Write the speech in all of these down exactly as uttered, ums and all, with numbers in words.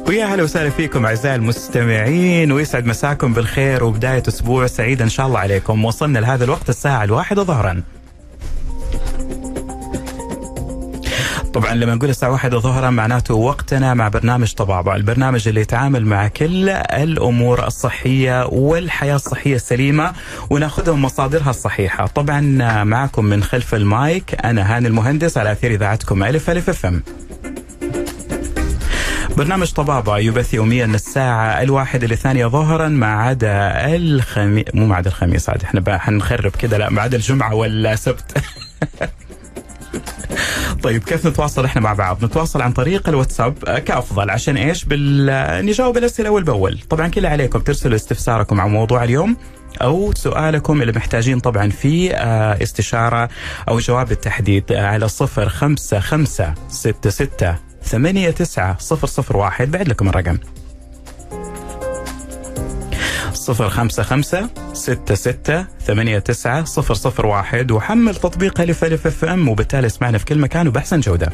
ويا هلا وسهلا فيكم أعزائي المستمعين، ويسعد مساكم بالخير وبداية أسبوع سعيد إن شاء الله عليكم. وصلنا لهذا الوقت الساعة الواحدة ظهرا. طبعا لما نقول الساعة واحدة ظهرا معناته وقتنا مع برنامج طبابة، البرنامج اللي يتعامل مع كل الأمور الصحية والحياة الصحية السليمة وناخذها من مصادرها الصحيحة. طبعا معكم من خلف المايك أنا هاني المهندس على أثير إذاعتكم ألف ألف اف ام. برنامج طبابة يبث يوميا الساعة الواحدة للثانية ظهرا ما عدا الخميس، مو ما عدا الخميس عاد احنا بقى حنخرب كده، لا ما عدا الجمعة والسبت. طيب كيف نتواصل احنا مع بعض؟ نتواصل عن طريق الواتساب كأفضل. عشان ايش؟ بال نجاوب الأسئلة أول بأول. طبعا كل عليكم ترسلوا استفساركم عن موضوع اليوم أو سؤالكم اللي محتاجين طبعا في استشارة أو جواب بالتحديد على صفر خمسة خمسة ستة ستة ثمانية تسعة صفر صفر واحد. بعد لكم الرقم صفر خمسة خمسة ستة ستة ثمانية تسعة صفر صفر واحد، وحمل تطبيق ألف ألف اف ام وبالتالي اسمعنا في كل مكان وبأحسن جودة.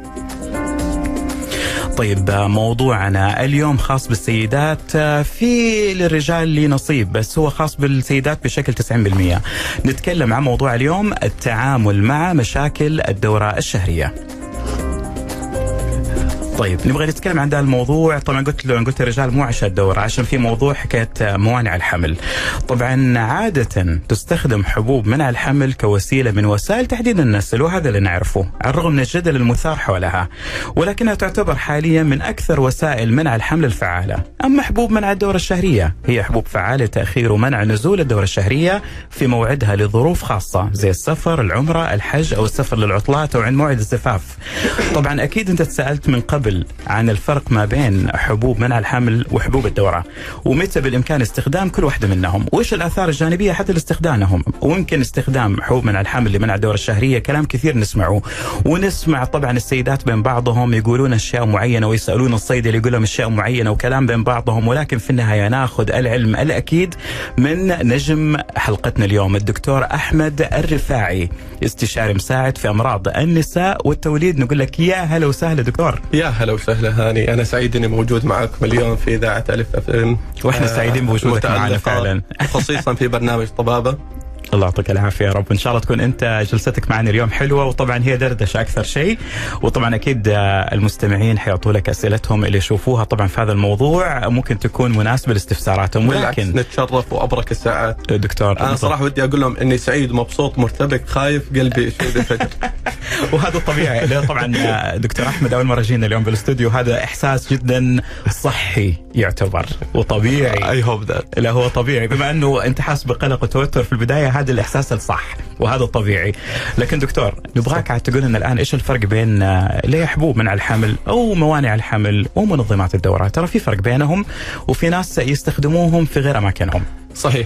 طيب موضوعنا اليوم خاص بالسيدات، في للرجال لي نصيب بس هو خاص بالسيدات بشكل تسعين بالمئة. نتكلم عن موضوع اليوم التعامل مع مشاكل الدورة الشهرية. طيب نبغى نتكلم عن هذا الموضوع. طبعا قلت له قلت الرجال مو عشان الدورة، عشان في موضوع حكاية موانع الحمل. طبعا عادة تستخدم حبوب منع الحمل كوسيلة من وسائل تحديد النسل، وهذا اللي نعرفه على الرغم من الجدل المثار حولها، ولكنها تعتبر حاليا من أكثر وسائل منع الحمل الفعالة. أما حبوب منع الدورة الشهرية هي حبوب فعالة تأخير ومنع نزول الدورة الشهرية في موعدها لظروف خاصة زي السفر، العمرة، الحج أو السفر للعطلات أو عند موعد الزفاف. طبعا أكيد أنت تسألت من قبل عن الفرق ما بين حبوب منع الحمل وحبوب الدورة، ومتى بالإمكان استخدام كل واحدة منهم، وإيش الآثار الجانبية حتى لاستخدامهم، ويمكن استخدام حبوب منع الحمل لمنع الدورة الشهرية. كلام كثير نسمعه، ونسمع طبعا السيدات بين بعضهم يقولون أشياء معينة ويسألون الصيدلي يقول لهم أشياء معينة وكلام بين بعضهم، ولكن في النهاية ناخذ العلم الأكيد من نجم حلقتنا اليوم الدكتور أحمد الرفاعي، استشاري مساعد في أمراض النساء والتوليد. نقول لك يا هلا وسهلا دكتور. يا هلا وسهلا هاني، أنا سعيد إني موجود معكم اليوم في إذاعة ألف أف إم، وإحنا سعيدين بوجودك معنا فعلا، خصيصا في برنامج طبابة. الله يعطيك العافية يا رب. إن شاء الله تكون أنت جلستك معنا اليوم حلوة، وطبعا هي دردشة أكثر شيء، وطبعا أكيد المستمعين حيعطوا لك أسئلتهم اللي يشوفوها طبعا في هذا الموضوع ممكن تكون مناسبة لاستفساراتهم. ولكن نتشرف وأبرك الساعات دكتور. أنا صراحة ودي أقول لهم إني سعيد مبسوط مرتبك خايف قلبي يشوف الفجر. وهذا الطبيعي. لا طبعا دكتور أحمد أول مرة جينا اليوم بالاستوديو، هذا إحساس جدا صحي يعتبر وطبيعي. أي هوب ذات. لا هو طبيعي، بما أنه أنت حاسس بقلق وتوتر في البداية، هذا الإحساس الصح وهذا الطبيعي. لكن دكتور نبغاك عاد تقول لنا الآن إيش الفرق بين اللي حبوب منع الحمل أو موانع الحمل ومنظمات الدورة؟ ترى في فرق بينهم، وفي ناس يستخدموهم في غير أماكنهم. صحيح.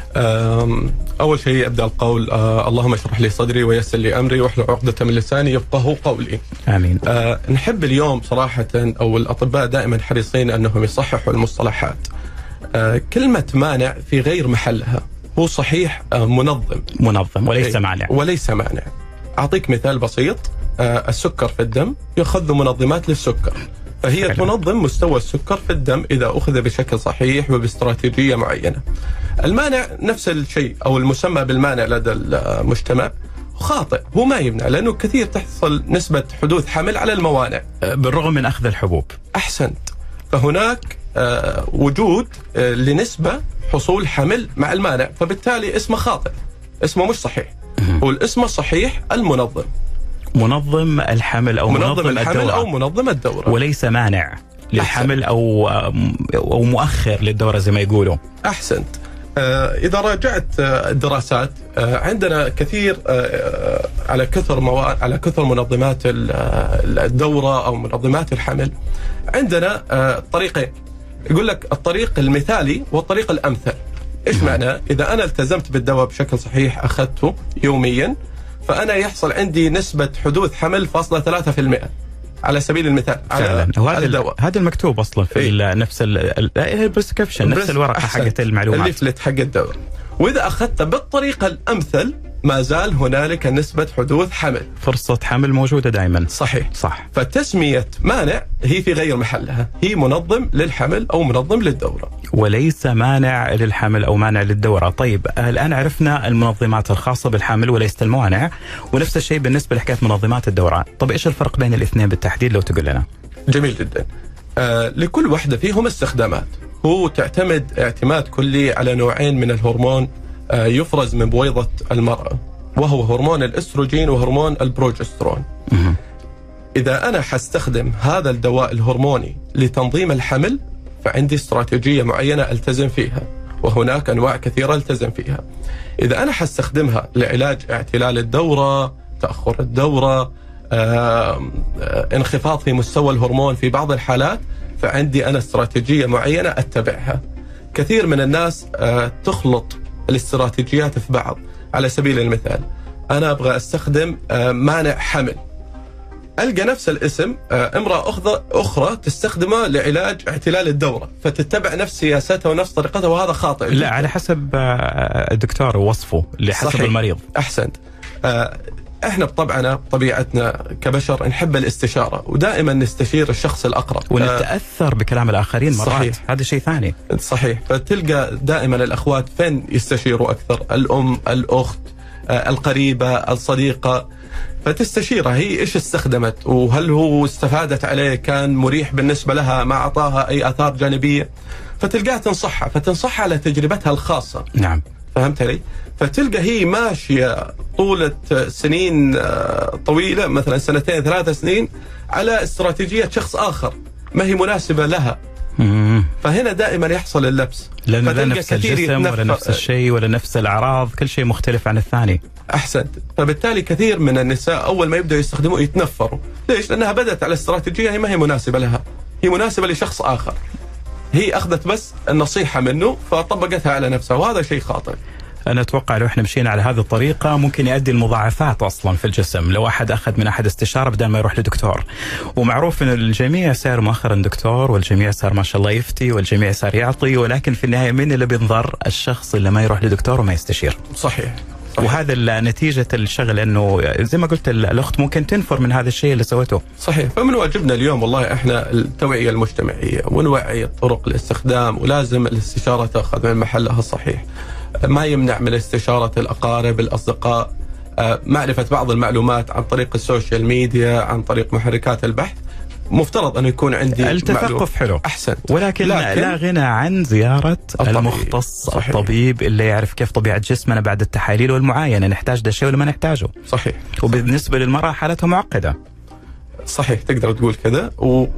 أول شيء أبدأ القول اللهم اشرح لي صدري ويسر لي أمري واحلل عقدة من لساني يفقهوا قولي. آمين. أه نحب اليوم صراحة، أو الأطباء دائما حريصين أنهم يصححوا المصطلحات. أه كلمة مانع في غير محلها، هو صحيح منظم منظم وليس مانع. وليس مانع. أعطيك مثال بسيط. أه السكر في الدم يأخذ منظمات للسكر، فهي تنظم مستوى السكر في الدم إذا أخذ بشكل صحيح وباستراتيجية معينة. المانع نفس الشيء، أو المسمى بالمانع لدى المجتمع خاطئ، هو ما يمنع، لأنه كثير تحصل نسبة حدوث حمل على الموانع بالرغم من أخذ الحبوب. أحسنت. فهناك آه وجود آه لنسبة حصول حمل مع المانع، فبالتالي اسمه خاطئ، اسمه مش صحيح. والاسم الصحيح المنظم، منظم الحمل أو منظم, منظم الحمل الدورة. أو منظم الدورة، وليس مانع للحمل أو أو مؤخر للدورة زي ما يقولوا. أحسنت. آه إذا راجعت آه الدراسات، آه عندنا كثير آه على كثر مو... على كثر منظمات الدورة أو منظمات الحمل. عندنا آه طريقين، يقول لك الطريق المثالي والطريق الأمثل. إيش معنى؟ إذا أنا التزمت بالدواء بشكل صحيح أخذته يوميا، فأنا يحصل عندي نسبة حدوث حمل فاصلة ثلاثة في المئة على سبيل المثال. فعلا وهذا الدواء هذا المكتوب اصلا في إيه؟ نفس البريسكريبشن، نفس الورقه حقت المعلومات، الليفلت حق الدواء. واذا اخذته بالطريقه الامثل ما زال هنالك نسبة حدوث حمل، فرصة حمل موجودة دائما. صحيح صح. فتسمية مانع هي في غير محلها، هي منظم للحمل أو منظم للدورة، وليس مانع للحمل أو مانع للدورة. طيب الآن عرفنا المنظمات الخاصة بالحمل وليست الموانع، ونفس الشيء بالنسبة لحكاية منظمات الدورة. طب إيش الفرق بين الاثنين بالتحديد لو تقول لنا؟ جميل جدا. آه لكل واحدة فيهم استخدامات، هو تعتمد اعتماد كلي على نوعين من الهرمون آه يفرز من بويضة المرأة، وهو هرمون الأستروجين وهرمون البروجسترون. إذا أنا حستخدم هذا الدواء الهرموني لتنظيم الحمل فعندي استراتيجية معينة ألتزم فيها، وهناك أنواع كثيرة ألتزم فيها. إذا أنا حستخدمها لعلاج اعتلال الدورة، تأخر الدورة، آه، آه، انخفاض في مستوى الهرمون في بعض الحالات، فعندي أنا استراتيجية معينة أتبعها. كثير من الناس آه، تخلط الاستراتيجيات في بعض. على سبيل المثال أنا أبغى أستخدم آه، مانع حمل، ألقى نفس الاسم آه، امرأة أخرى تستخدمه لعلاج اعتلال الدورة، فتتبع نفس سياستها ونفس طريقتها، وهذا خاطئ. لا، على حسب الدكتور وصفه لحسب صحيح. المريض. أحسنت. آه، احنا بطبعنا طبيعتنا كبشر نحب الاستشارة، ودائما نستشير الشخص الأقرب ونتأثر آه بكلام الآخرين مرات. صحيح. هذا شيء ثاني. صحيح. فتلقى دائما الأخوات فين يستشيروا أكثر؟ الأم، الأخت، آه القريبة، الصديقة، فتستشيرها هي إيش استخدمت، وهل هو استفادت عليه، كان مريح بالنسبة لها، ما أعطاها أي آثار جانبية، فتلقاها تنصحها فتنصحها على تجربتها الخاصة. نعم. فهمت علي؟ فتلقى هي ماشية طولة سنين طويلة، مثلا سنتين ثلاثة سنين، على استراتيجية شخص آخر ما هي مناسبة لها. مم. فهنا دائما يحصل اللبس، لأن لا نفس الجسم ولا نفس الشيء ولا نفس الأعراض، كل شيء مختلف عن الثاني. أحسنت. فبالتالي كثير من النساء أول ما يبدأوا يستخدموا يتنفروا. ليش؟ لأنها بدأت على استراتيجية هي ما هي مناسبة لها، هي مناسبة لشخص آخر، هي أخذت بس النصيحة منه فطبقتها على نفسها، وهذا شيء خاطئ. أنا أتوقع لو إحنا مشينا على هذه الطريقة ممكن يؤدي المضاعفات أصلا في الجسم. لو أحد أخذ من أحد استشارة بدل ما يروح لدكتور، ومعروف إن الجميع صار مؤخرا دكتور، والجميع صار ما شاء الله يفتي، والجميع صار يعطي، ولكن في النهاية من اللي بينضر؟ الشخص اللي ما يروح لدكتور وما يستشير. صحيح. صحيح. وهذا نتيجة الشغل، أنه زي ما قلت الأخت ممكن تنفر من هذا الشيء اللي سوته. صحيح. فمن واجبنا اليوم والله إحنا التوعية المجتمعية ونوعي طرق الاستخدام، ولازم الاستشارة تأخذ من محلها الصحيح. ما يمنع من استشارة الأقارب، الأصدقاء، معرفة بعض المعلومات عن طريق السوشيال ميديا، عن طريق محركات البحث. مفترض أن يكون عندي التثقف حلو. أحسن. ولكن لكن لا غنى عن زيارة الطبيب. المختص. صحيح. الطبيب اللي يعرف كيف طبيعة جسمنا بعد التحاليل والمعاينة، نحتاج ده الشيء ولا ما نحتاجه. صحيح. وبالنسبة للمرأة حالتها معقدة. صحيح، تقدر تقول كذا.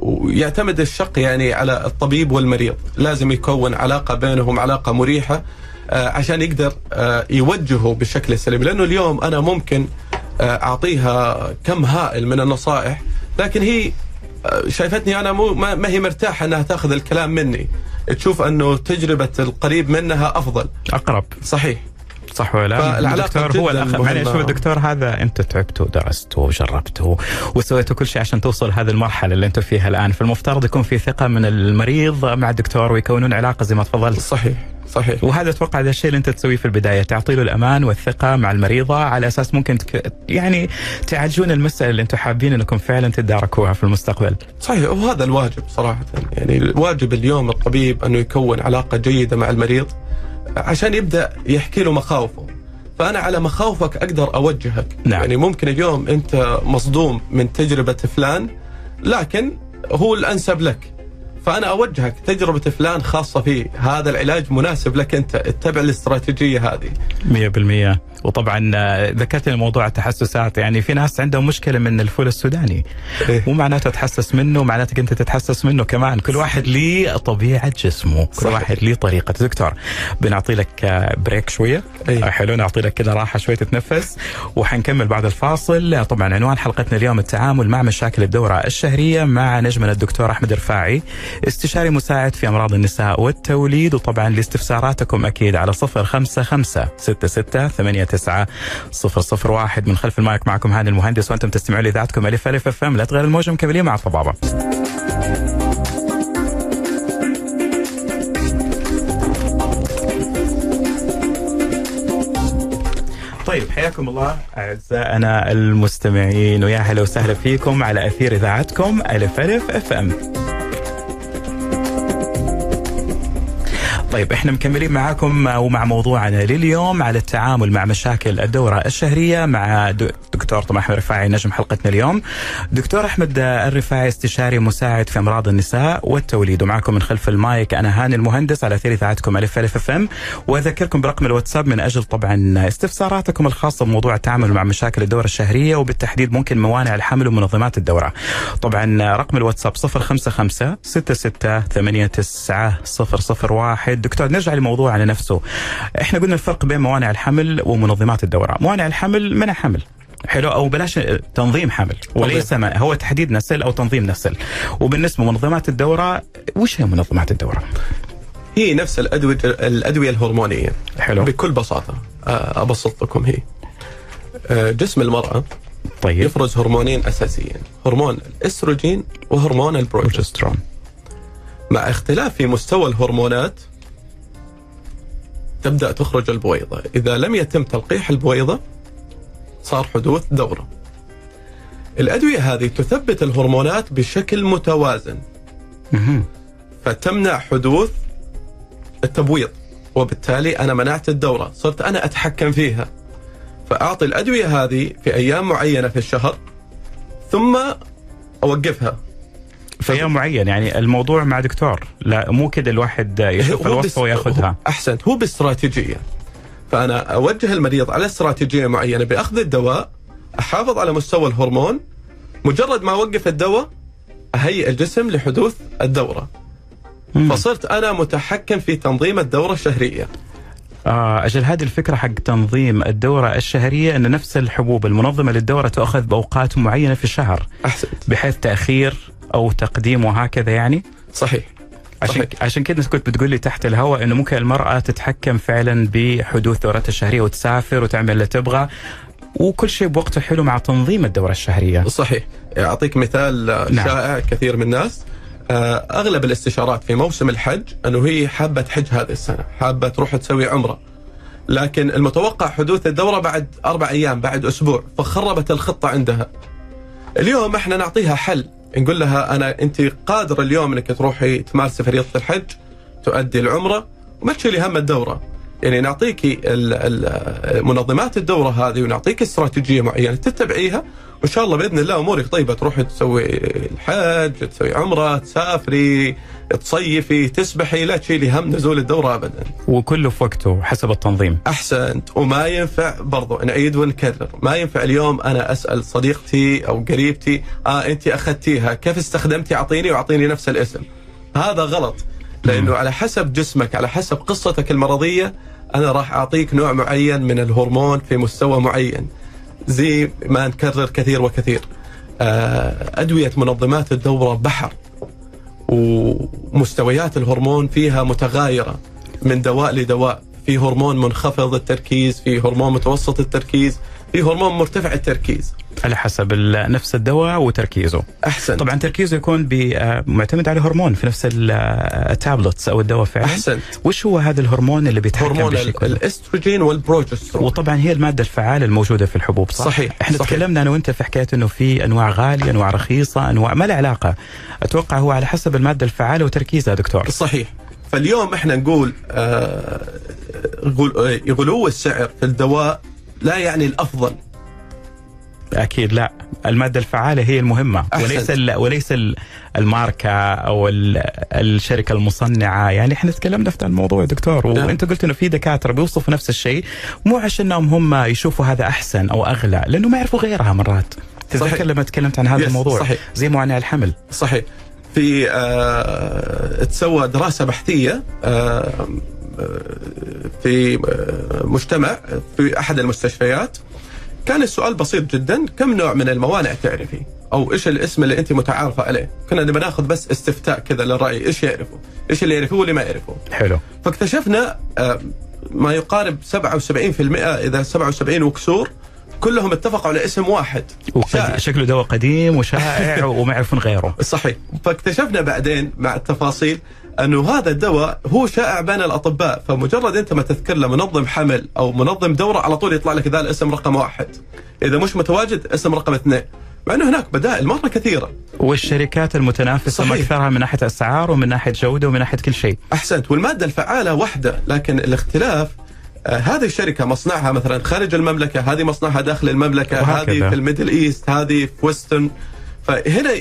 ويعتمد الشق يعني على الطبيب والمريض، لازم يكون علاقة بينهم، علاقة مريحة، آه عشان يقدر آه يوجهه بالشكل السليم. لأنه اليوم أنا ممكن آه أعطيها كم هائل من النصائح، لكن هي آه شايفتني أنا مو ما هي مرتاحة أنها تأخذ الكلام مني، تشوف أنه تجربة القريب منها أفضل، أقرب. صحيح. صح ولا؟ الدكتور هو الأخ. معليش، شوف الدكتور هذا أنت تعبتوا ودرستوا وجربتوا وسويتوا كل شيء عشان توصل هذه المرحلة اللي أنتم فيها الآن، فالمفترض يكون في ثقة من المريض مع الدكتور ويكونون علاقة زي ما تفضلت. صحيح. صحيح. وهذا اتوقع هذا الشيء اللي انت تسويه في البدايه، تعطي له الامان والثقه مع المريضه، على اساس ممكن تك... يعني تعالجون المساله اللي انتم حابين انكم فعلا تداركوها في المستقبل. صحيح. وهذا الواجب صراحه، يعني الواجب اليوم الطبيب انه يكون علاقه جيده مع المريض عشان يبدا يحكي له مخاوفه. فانا على مخاوفك اقدر اوجهك. نعم. يعني ممكن اليوم انت مصدوم من تجربه فلان، لكن هو الانسب لك، فأنا أوجهك تجربة فلان خاصة فيه، هذا العلاج مناسب لك أنت، اتبع الاستراتيجية هذه. مية بالمية. وطبعا ذكرت موضوع التحسسات، يعني في ناس عندهم مشكلة من الفول السوداني، إيه؟ ومعناته تحسس منه، معناتك أنت تتحسس منه كمان. كل واحد ليه طبيعة جسمه، كل صحيح. واحد ليه طريقة. دكتور بنعطي لك بريك شوية. إيه؟ حلو، نعطي لك كده راحة شوية تتنفس، وحنكمل بعد الفاصل. طبعا عنوان حلقتنا اليوم التعامل مع مشاكل الدورة الشهرية مع نجمنا الدكتور أحمد رفاعي، استشاري مساعد في أمراض النساء والتوليد. وطبعا لاستفساراتكم أكيد على صفر خمسة خمسة ستة ستة ثمانية تسعة صفر صفر واحد. من خلف المايك معكم هاني المهندس، وأنتم تستمعون لإذاعتكم ألف ألف اف ام. لا تغير الموجة، مكملين مع الطبابة. طيب حياكم حياكم الله أعزائنا المستمعين، ويا هلا وسهلا فيكم على أثير إذاعتكم ألف ألف اف ام. طيب احنا مكملين معاكم ومع موضوعنا لليوم على التعامل مع مشاكل الدورة الشهرية مع دكتور طبعا أحمد الرفاعي نجم حلقتنا اليوم. دكتور أحمد الرفاعي استشاري مساعد في أمراض النساء والتوليد، ومعكم من خلف المايك أنا هاني المهندس على أثير إذاعتكم ألف ألف اف ام، وأذكركم برقم الواتساب من أجل طبعا استفساراتكم الخاصة بموضوع التعامل مع مشاكل الدورة الشهرية، وبالتحديد ممكن موانع الحمل ومنظمات الدورة. طبعا رقم الواتساب صفر خمسة خمسة ستة ستة ثمانية تسعة صفر صفر واحد. دكتور نرجع لموضوع على نفسه، احنا قلنا الفرق بين موانع الحمل ومنظمات الدورة. موانع الحمل منع حمل، حلو، او بلاش تنظيم حمل، وليس هو تحديد نسل او تنظيم نسل. وبالنسبه لمنظمات الدوره، وش هي منظمات الدوره؟ هي نفس الادويه الادويه الهرمونيه. حلو. بكل بساطه ابسط لكم، هي جسم المراه طيب يفرز هرمونين اساسيين، هرمون الاستروجين وهرمون البروجسترون. مع اختلاف في مستوى الهرمونات تبدا تخرج البويضه. اذا لم يتم تلقيح البويضه صار حدوث دورة. الأدوية هذه تثبت الهرمونات بشكل متوازن فتمنع حدوث التبويض، وبالتالي أنا منعت الدورة، صرت أنا أتحكم فيها. فأعطي الأدوية هذه في أيام معينة في الشهر ثم أوقفها في أيام معين. يعني الموضوع مع دكتور، لا مو كده الواحد يشوف الوصفة وياخذها. أحسنت، هو باستراتيجية. فأنا أوجه المريض على استراتيجية معينة بأخذ الدواء، أحافظ على مستوى الهرمون، مجرد ما أوقف الدواء أهيئ الجسم لحدوث الدورة. مم. فصرت أنا متحكم في تنظيم الدورة الشهرية. آه أجل هذه الفكرة حق تنظيم الدورة الشهرية، أن نفس الحبوب المنظمة للدورة تأخذ بأوقات معينة في الشهر. أحسنت. بحيث تأخير أو تقديم وهكذا يعني. صحيح. عشان عشان كده كنت بتقول لي تحت الهواء انه ممكن المرأة تتحكم فعلا بحدوث دورتها الشهرية وتسافر وتعمل اللي تبغى، وكل شيء بوقته حلو مع تنظيم الدورة الشهرية. صحيح. اعطيك مثال نعم. شائع كثير من الناس، اغلب الاستشارات في موسم الحج انه هي حابة تحج هذه السنة، حابة تروح تسوي عمرة، لكن المتوقع حدوث الدورة بعد اربع ايام، بعد اسبوع، فخربت الخطة عندها. اليوم احنا نعطيها حل، نقول لها أنا أنت قادرة اليوم أنك تروحي تمارسي فريضة الحج، تؤدي العمرة وما تشيلي هم الدورة. يعني نعطيكي منظمات الدورة هذه ونعطيك استراتيجية معينة تتبعيها، وإن شاء الله بإذن الله أمورك طيبة، تروحي تسوي الحج، تسوي عمرة، تسافري، تصيفي، تسبحي، لا تشيلي هم نزول الدورة أبدا. وكله في وقته حسب التنظيم. أحسنت. وما ينفع برضو نعيد ونكرر، ما ينفع اليوم أنا أسأل صديقتي أو قريبتي آه أنت أخذتيها كيف استخدمتي، أعطيني وأعطيني نفس الاسم. هذا غلط، لأنه على حسب جسمك، على حسب قصتك المرضية، أنا راح أعطيك نوع معين من الهرمون في مستوى معين. زي ما نكرر كثير وكثير، أدوية منظمات الدورة بحر، ومستويات الهرمون فيها متغايرة من دواء لدواء. في هرمون منخفض التركيز، في هرمون متوسط التركيز، في هرمون مرتفع التركيز، على حسب نفس الدواء وتركيزه. أحسن. طبعا تركيزه يكون معتمد على هرمون في نفس التابلتس او الدواء فعلا. أحسن. وش هو هذا الهرمون اللي بيتحكم هرمون بشكل الاستروجين والبروجسترون، وطبعا هي الماده الفعاله الموجوده في الحبوب، صح؟ صحيح. احنا صحيح. تكلمنا انا وانت في حكايه انه في انواع غاليه، انواع رخيصه، انواع ما لها علاقه. اتوقع هو على حسب الماده الفعاله وتركيزها دكتور. صحيح. فاليوم احنا نقول آه غلو السعر في الدواء لا يعني الافضل. اكيد لا، الماده الفعاله هي المهمه. أحسنت. وليس وليس الماركه او الشركه المصنعه. يعني احنا تكلمنا في الموضوع دكتور، وانت قلت انه في دكاتره بيوصفوا نفس الشيء، مو عشانهم هم يشوفوا هذا احسن او اغلى، لانه ما يعرفوا غيرها مرات. تتذكر لما تكلمت عن هذا الموضوع؟ صحيح. زي موانع الحمل. صحيح. في آه تسوى دراسه بحثيه آه في مجتمع في احد المستشفيات، كان السؤال بسيط جدا: كم نوع من الموانع تعرفي؟ او ايش الاسم اللي انت متعارفه عليه؟ كنا نبي ناخذ بس استفتاء كذا للراي، ايش يعرفوا؟ ايش اللي يعرفوه واللي ما يعرفوه؟ حلو. فاكتشفنا ما يقارب سبعة وسبعين بالمئة، اذا سبعة وسبعين وكسور، كلهم اتفقوا على اسم واحد. شكله دواء قديم وشائع وما يعرفون غيره. صحيح. فاكتشفنا بعدين مع التفاصيل أنه هذا الدواء هو شائع بين الأطباء، فمجرد أنت ما تذكر له منظم حمل أو منظم دورة على طول يطلع لك ذا الاسم رقم واحد، إذا مش متواجد اسم رقم اثنين، مع أنه هناك بدائل مرة كثيرة. والشركات المتنافسة مكثرها من ناحية أسعار ومن ناحية جودة ومن ناحية كل شيء. أحسنت. والمادة الفعالة واحدة، لكن الاختلاف آه هذه الشركة مصنعها مثلا خارج المملكة، هذه مصنعها داخل المملكة، هذه في الميدل إيست، هذه في ويسترن، فهنا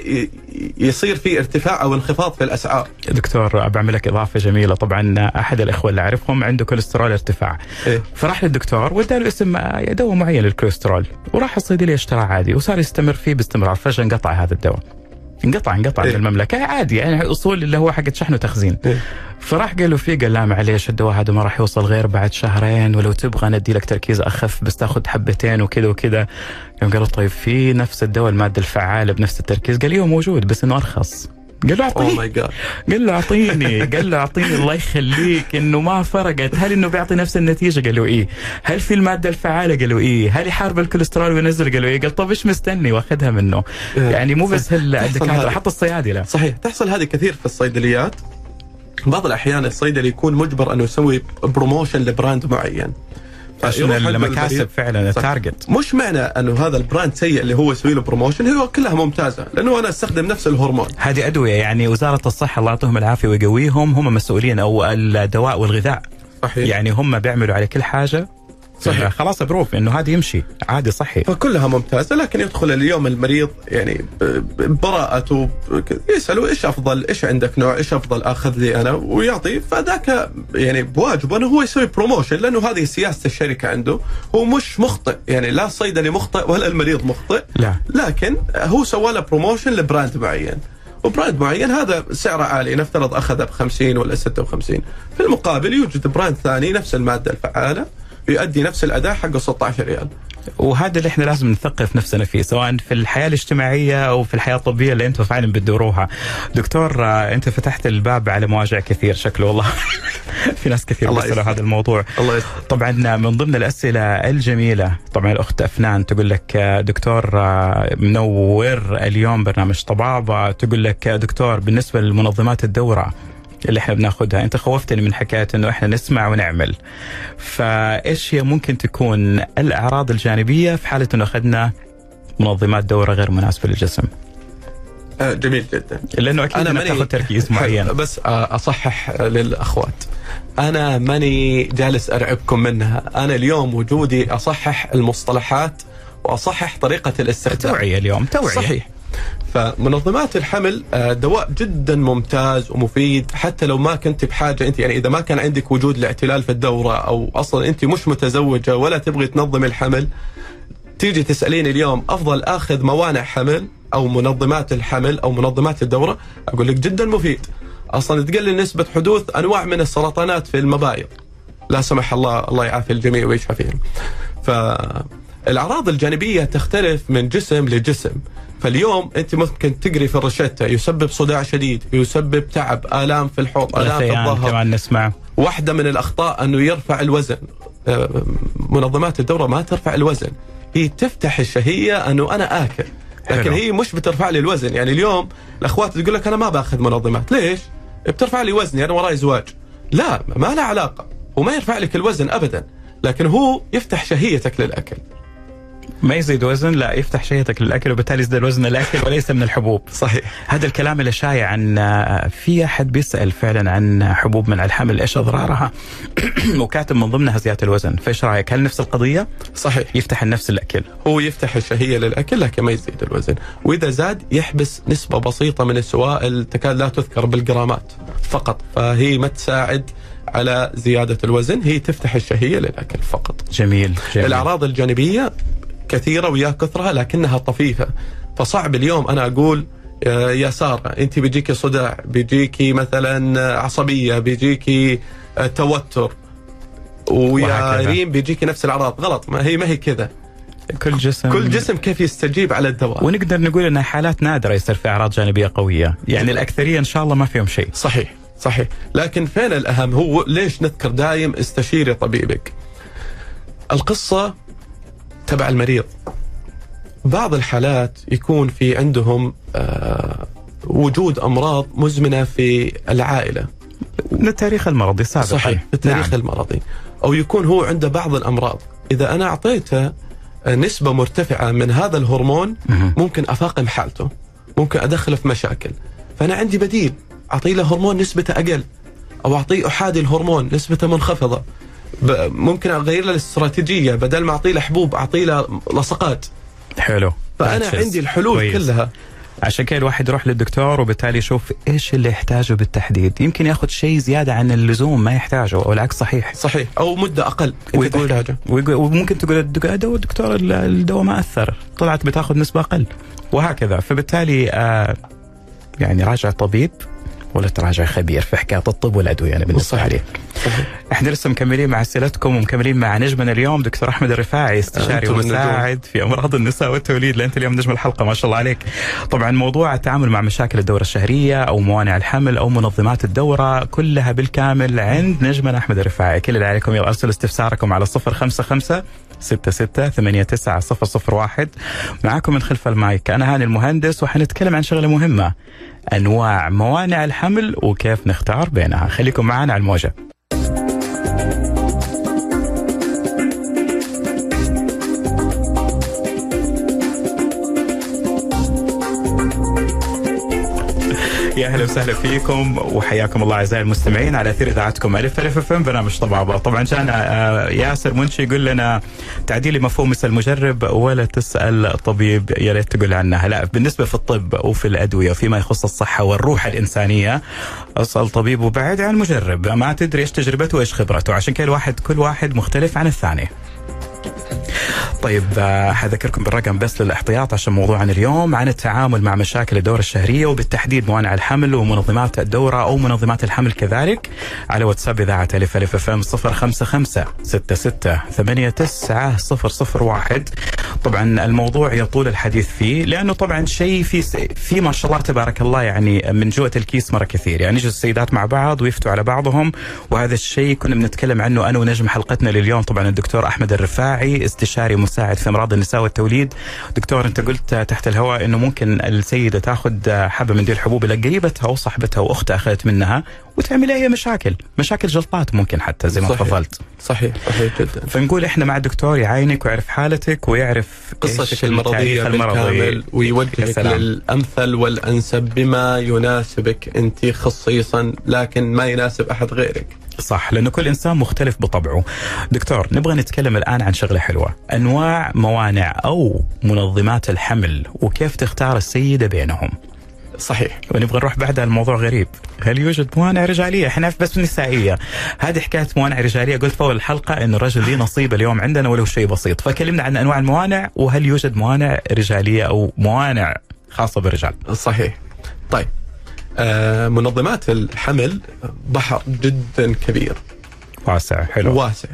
يصير في ارتفاع أو انخفاض في الأسعار. دكتور بعمل لك إضافة جميلة. طبعا أحد الإخوة اللي أعرفهم عنده كوليسترول ارتفاع، إيه؟ فراح للدكتور واداله اسم دواء معين للكوليسترول، وراح الصيدلية اشتراه عادي وصار يستمر فيه باستمرار. فجأة انقطع هذا الدواء، انقطع انقطع إيه؟ من المملكة عادي، يعني أصول اللي هو حق شحن وتخزين. إيه؟ فراح قال له فيه، قال لا معليش الدواء هذا ما راح يوصل غير بعد شهرين، ولو تبغى ندي لك تركيز أخف بس تاخذ حبتين وكذا وكذا. قال له طيب في نفس الدواء المادة الفعالة بنفس التركيز؟ قال له موجود بس إنه أرخص. قال له أعطيني. oh قال له أعطيني قال له أعطيني الله يخليك. إنه ما فرقت هل إنه بيعطي نفس النتيجة؟ قال له إيه. هل في المادة الفعالة؟ قال له إيه. هل يحارب الكوليسترول وينزل؟ قال له إيه. قال طب إيش مستني واخذها منه؟ يعني مو بس الدكاترة، حتى الصيادلة. صحيح، تحصل هذه كثير في الصيدليات. بعض الأحيان الصيدلي يكون مجبر أنه يسوي بروموشن لبراند معين عشان المكاسب فعلا التارجت. مش معنى انه هذا البراند سيء اللي هو يسوي له بروموشن، هو كلها ممتازه، لانه انا استخدم نفس الهرمون. هذه ادويه، يعني وزاره الصحه الله يعطيهم العافيه ويقويهم، هم مسؤولين او الدواء والغذاء. صحيح. يعني هم بيعملوا على كل حاجه. صحيح. خلاص بروف انه هذا يمشي عادي صحي، فكلها ممتازه. لكن يدخل اليوم المريض يعني براءته، يسالوا ايش افضل، ايش عندك نوع، ايش افضل اخذ لي انا، ويعطي. فذاك يعني بواجبه انه هو يسوي بروموشن، لانه هذه سياسه الشركه عنده. هو مش مخطئ، يعني لا الصيدلي مخطئ ولا المريض مخطئ، لا، لكن هو سوى له بروموشن لبراند معين، وبراند معين هذا سعره عالي، نفترض اخذه ب خمسين ولا ستة وخمسين، في المقابل يوجد براند ثاني نفس الماده الفعاله يؤدي نفس الأداء حقه ستة عشر ريال. وهذا اللي احنا لازم نثقف نفسنا فيه، سواء في الحياة الاجتماعية أو في الحياة الطبية اللي أنتم فعلا بتدوروها. دكتور أنت فتحت الباب على مواجع كثير شكله والله. في ناس كثير بيسألوا هذا الموضوع. الله يسلم. طبعا من ضمن الأسئلة الجميلة طبعا الأخت أفنان تقول لك دكتور منور اليوم برنامج طبابة، تقول لك دكتور بالنسبة للمنظمات الدورة اللي احنا بناخدها، انت خوفتني من حكايه انه احنا نسمع ونعمل، فايش هي ممكن تكون الاعراض الجانبيه في حاله انه اخذنا منظمات دوره غير مناسبه للجسم؟ آه جميل جدا، لانه اكيد انا تاخذ تركيز معين. بس اصحح للاخوات، انا ماني جالس ارعبكم منها، انا اليوم وجودي اصحح المصطلحات واصحح طريقه الاستخدام. توعيه اليوم، توعيه. صحيح. فمنظمات الحمل دواء جدا ممتاز ومفيد، حتى لو ما كنت بحاجة انت، يعني اذا ما كان عندك وجود الاعتلال في الدورة او اصلا انت مش متزوجة ولا تبغي تنظم الحمل، تيجي تسأليني اليوم افضل اخذ موانع حمل او منظمات الحمل او منظمات الدورة، اقول لك جدا مفيد. اصلا تقلل نسبة حدوث انواع من السرطانات في المبايض، لا سمح الله، الله يعافي الجميع ويشفيهم. فالاعراض الجانبية تختلف من جسم لجسم. فاليوم انت ممكن تقري في الروشتة يسبب صداع شديد، يسبب تعب، آلام في الحوض، آلام في الظهر. كمان نسمع واحدة من الأخطاء أنه يرفع الوزن. منظمات الدورة ما ترفع الوزن، هي تفتح الشهية أنه أنا آكل، لكن حلو. هي مش بترفع لي الوزن. يعني اليوم الأخوات تقول لك أنا ما باخذ منظمات، ليش؟ بترفع لي وزني، أنا وراي زواج. لا، ما له علاقة، وما يرفع لك الوزن أبدا، لكن هو يفتح شهيتك للأكل. ما يزيد وزن، لا يفتح شهيتك للأكل، وبالتالي يزيد الوزن الأكل وليس من الحبوب. صحيح. هذا الكلام اللي شايع عن في أحد بيسأل فعلا عن حبوب منع الحمل إيش أضرارها وكاتب من ضمنها زيادة الوزن، فإيش رأيك؟ هل نفس القضية؟ صحيح. يفتح النفس الأكل، هو يفتح الشهية للأكل لكن ما يزيد الوزن، وإذا زاد يحبس نسبة بسيطة من السوائل تكاد لا تذكر بالجرامات فقط، فهي ما تساعد على زيادة الوزن، هي تفتح الشهية للأكل فقط. جميل. جميل. الأعراض الجانبية كثيرة ويا كثرها لكنها طفيفة، فصعب اليوم أنا أقول يا سارة أنت بيجيكي صداع، بيجيكي مثلا عصبية، بيجيكي توتر، ويا ريم بيجيكي نفس الأعراض. غلط، ما هي ما هي كذا. كل جسم كل جسم كيف يستجيب على الدواء، ونقدر نقول أنها حالات نادرة يصير في أعراض جانبية قوية، يعني الأكثرية إن شاء الله ما فيهم شيء. صحيح صحيح. لكن فين الأهم هو ليش نذكر دايم استشيري طبيبك. القصة تبع المريض. بعض الحالات يكون في عندهم آه وجود أمراض مزمنة في العائلة، من التاريخ المرضي سابقا. صحيح، التاريخ نعم. المرضي، أو يكون هو عنده بعض الأمراض. إذا أنا أعطيته نسبة مرتفعة من هذا الهرمون ممكن أفاقم حالته، ممكن أدخله في مشاكل. فأنا عندي بديل، أعطي له هرمون نسبته أقل، أو أعطيه أحادي الهرمون نسبته منخفضة. ممكن أغير له الاستراتيجية، بدل ما أعطي له حبوب أعطي له لصقات. حلو. فأنا عندي الحلول كويس. كلها. عشان كده الواحد يروح للدكتور وبالتالي يشوف ايش اللي يحتاجه بالتحديد. يمكن ياخذ شيء زياده عن اللزوم ما يحتاجه، او العكس صحيح. صحيح، او مده اقل ويقول وممكن تقول الدكتور الدواء ما اثر، طلعت بتاخذ نسبه اقل وهكذا. فبالتالي آه يعني راجع طبيب ولا تراجع خبير في حكايه الطب والادويه. انا بالنسبه لي احنا لسه مكملين مع اسئلتكم ومكملين مع نجمنا اليوم دكتور احمد الرفاعي، استشاري ومساعد في امراض النساء والتوليد. لانت اليوم نجم الحلقه ما شاء الله عليك. طبعا موضوع التعامل مع مشاكل الدوره الشهريه او موانع الحمل او منظمات الدوره كلها بالكامل عند نجمنا احمد الرفاعي. كل اللي عليكم يلا ارسلوا استفساركم على صفر خمسة خمسة ستة ستة ثمانية تسعة صفر صفر واحد. معاكم من خلف المايك انا هاني المهندس، وحنتكلم عن شغله مهمه، انواع موانع الحمل وكيف نختار بينها. خليكم معنا على الموجه. يا اهلا وسهلا فيكم وحياكم الله اعزائي المستمعين على اثير اذاعتكم الف الف اف ام برنامج طبعا. طبعا كان ياسر منشي يقول لنا تعديل مفهوم اسال مجرب ولا تسال طبيب، يا ريت تقول عنها. لا، بالنسبه في الطب وفي الادويه وفيما يخص الصحه والروح الانسانيه اسال طبيب وبعد عن مجرب، ما تدري ايش تجربته وايش خبرته. عشان كذا الواحد كل واحد مختلف عن الثاني. طيب حذكركم بالرقم بس للاحتياط عشان موضوعنا اليوم عن التعامل مع مشاكل الدورة الشهرية وبالتحديد موانع الحمل ومنظمات الدورة أو منظمات الحمل كذلك على واتساب إذاعة ألف ألف أف أم صفر خمسة خمسة ستة ستة ثمانية تسعة صفر صفر واحد. طبعا الموضوع يطول الحديث فيه لأنه طبعا شيء في في ما شاء الله تبارك الله يعني من جوة الكيس مرة كثير. يعني يجوا السيدات مع بعض ويفتوا على بعضهم، وهذا الشيء كنا بنتكلم عنه أنا ونجم حلقتنا لليوم طبعا الدكتور أحمد الرفاعي، استشاري مساعد في امراض النساء والتوليد. دكتور انت قلت تحت الهواء انه ممكن السيده تاخذ حبه من دي الحبوب اللي قريبتها او صاحبتها واختها اخذت منها وتعمل هي مشاكل مشاكل جلطات ممكن حتى زي ما تفضلت. صحيح صحيح جدا. فنقول احنا مع الدكتور يعاينك ويعرف حالتك ويعرف قصتك المرضيه بالكامل ويوجهك للامثل والانسب بما يناسبك انت خصيصا، لكن ما يناسب احد غيرك. صح، لأنه كل إنسان مختلف بطبعه. دكتور نبغى نتكلم الآن عن شغلة حلوة، أنواع موانع أو منظمات الحمل وكيف تختار السيدة بينهم. صحيح. ونبغى نروح بعدها الموضوع غريب، هل يوجد موانع رجالية؟ احنا بس نسائية. هذه حكاية موانع رجالية قلت في أول الحلقة إنه الرجل ليه نصيب اليوم عندنا ولو شيء بسيط، فكلمنا عن أنواع الموانع وهل يوجد موانع رجالية أو موانع خاصة بالرجال. صحيح. طيب آه منظمات الحمل بحر جدا كبير واسع. حلو. واسع.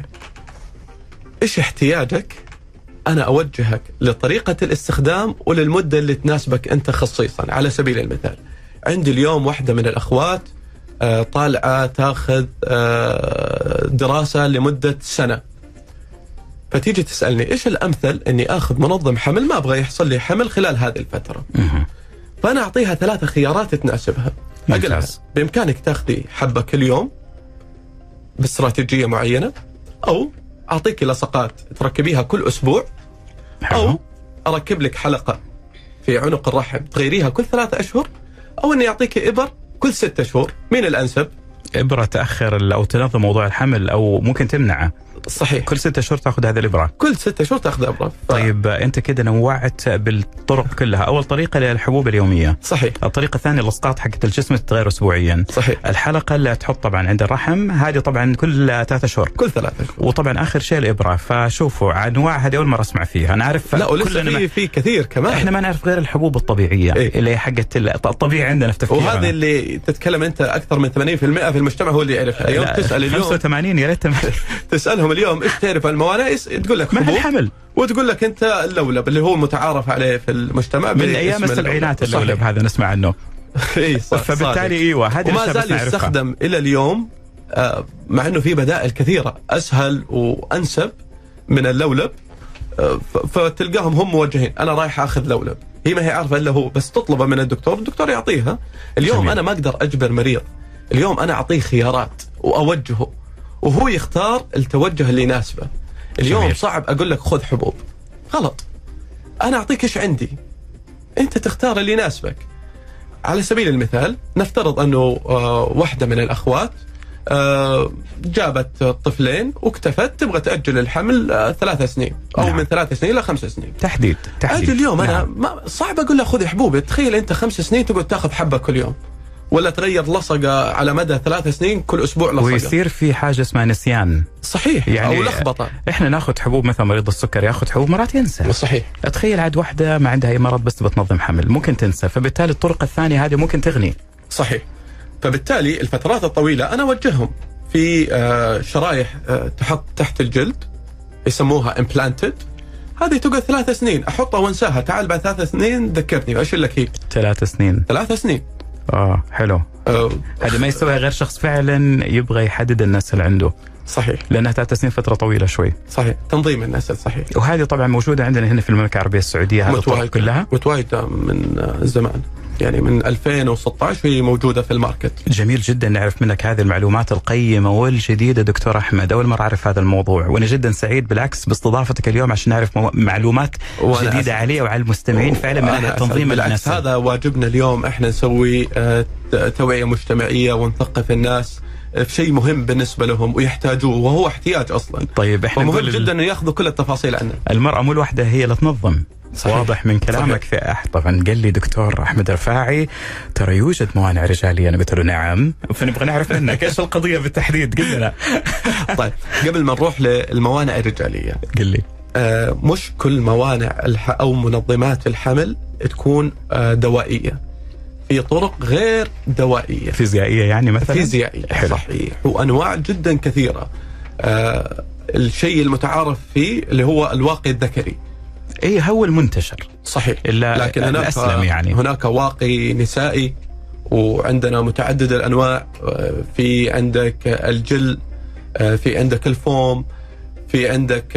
ايش احتياجك؟ انا اوجهك لطريقة الاستخدام وللمدة اللي تناسبك انت خصيصا. على سبيل المثال عندي اليوم واحدة من الاخوات آه طالعة تاخذ آه دراسة لمدة سنة، فتيجي تسألني ايش الامثل اني اخذ منظم حمل، ما ابغى يحصل لي حمل خلال هذه الفترة. فأنا أعطيها ثلاثة خيارات تناسبها. أقلها بإمكانك تأخذي حبة كل يوم باستراتيجية معينة، أو أعطيك لصقات تركبيها كل أسبوع، أو أركب لك حلقة في عنق الرحم تغيريها كل ثلاثة أشهر، أو أني أعطيك إبر كل ستة شهور. مين الأنسب؟ إبرة تأخر أو تنظم موضوع الحمل أو ممكن تمنعه. صحيح. كل ستة شهور تاخذ هذه الإبرة. كل ستة شهور تاخذ إبرة. ف... طيب أنت كده نوعت بالطرق كلها. أول طريقة للحبوب اليومية. صحيح. الطريقة الثانية الإسقاط حقت الجسم تتغير أسبوعيا. صحيح. الحلقة اللي تحط طبعا عند الرحم هذه طبعا كل ثلاثة شهور. كل ثلاثة شهور. وطبعا آخر شيء الإبرة. فشوفوا أنواع هذه أول مرة أسمع فيها. أنا أعرف. لا ولسه في في كثير كمان. إحنا ما نعرف غير الحبوب الطبيعية. إيه؟ اللي هي حقت الطبيعي عندنا في تفكيرنا. وهذه اللي تتكلم أنت أكثر من ثمانين بالمئة في المجتمع هو اللي يعرفها. اليوم تسأل اليوم خمسة وثمانين يا ريت تسألهم اليوم إيش تعرف الموانع، تقول لك حبوب الحمل، وتقول لك انت اللولب اللي هو متعارف عليه في المجتمع من ايام السبعينات. اللولب هذا نسمع عنه. اي صح. فبالتالي ايوه هذه وما زال يستخدم الى اليوم، آه مع انه في بدائل كثيره اسهل وانسب من اللولب. آه فتلقاهم هم موجهين، انا رايح اخذ لولب، هي ما هي عارفه الا هو، بس تطلبه من الدكتور، الدكتور يعطيها. اليوم جميل. انا ما اقدر اجبر مريض اليوم أنا أعطيه خيارات وأوجهه وهو يختار التوجه اللي يناسبه. اليوم جميل. صعب أقول لك خذ حبوب، غلط. أنا أعطيك إيش عندي، أنت تختار اللي يناسبك. على سبيل المثال نفترض أنه آه واحدة من الأخوات آه جابت طفلين واكتفت تبغى تأجل الحمل آه ثلاث سنين أو نعم. من ثلاث سنين إلى خمس سنين تحديد تحديد. أجل اليوم نعم. أنا ما صعب أقول له خذ حبوب. تخيل أنت خمس سنين تقعد تأخذ حبة كل يوم، ولا تغير لصقة على مدى ثلاث سنين كل أسبوع لصقة، ويصير في حاجة اسمها نسيان. صحيح يعني، أو لخبطة. إحنا ناخذ حبوب، مثلا مريض السكر ياخذ حبوب مرات ينسى. صحيح. أتخيل عاد واحدة ما عندها أي مرض بس بتنظم حمل ممكن تنسى، فبالتالي الطرق الثانية هذه ممكن تغني. صحيح. فبالتالي الفترات الطويلة أنا أوجههم في شرايح تحط تحت الجلد يسموها implanted. هذه تقعد ثلاث سنين، أحطها وانساها، تعال بعد ثلاث سنين ذكرني وإيش لك هي. ثلاث سنين ثلاث سنين آه حلو. أه هذا ما يسويها غير شخص فعلا يبغى يحدد النسل عنده. صحيح. لأنها ثلاث سنين فترة طويلة شوي. صحيح. تنظيم النسل. صحيح. وهذه طبعا موجودة عندنا هنا في المملكة العربية السعودية، هذه الطرق كلها متواجدة من زمان، يعني من ألفين وستة عشر هي موجودة في الماركت. جميل جدا نعرف منك هذه المعلومات القيمة والجديدة دكتور أحمد. أول مرة أعرف هذا الموضوع، وأنا جدا سعيد بالعكس باستضافتك اليوم عشان نعرف معلومات جديدة عليه وعلى المستمعين فعلا من ناحية تنظيم النسل. هذا واجبنا اليوم، احنا نسوي توعية مجتمعية ونثقف الناس في شيء مهم بالنسبة لهم ويحتاجوه، وهو احتياج أصلا. طيب احنا مهم جدا أن يأخذوا كل التفاصيل عنه. المرأة مو الوحدة هي اللي تنظم. صحيح. واضح من كلامك. صحيح. في أحد طبعا قال لي دكتور أحمد رفاعي ترى يوجد موانع رجالية. أنا قلت له نعم، فنبغى نعرف منك إيش القضية بالتحديد، قل لنا. طيب قبل ما نروح للموانع الرجالية قل لي. آه مش كل موانع الح أو منظمات الحمل تكون آه دوائية، في طرق غير دوائية فيزيائية يعني مثلا. فيزيائية. حلو. صحيح. وأنواع جدا كثيرة. آه الشيء المتعارف فيه اللي هو الواقي الذكري. ايه هو المنتشر. صحيح. لكن هناك يعني. هناك واقي نسائي، وعندنا متعدد الأنواع. في عندك الجل، في عندك الفوم، في عندك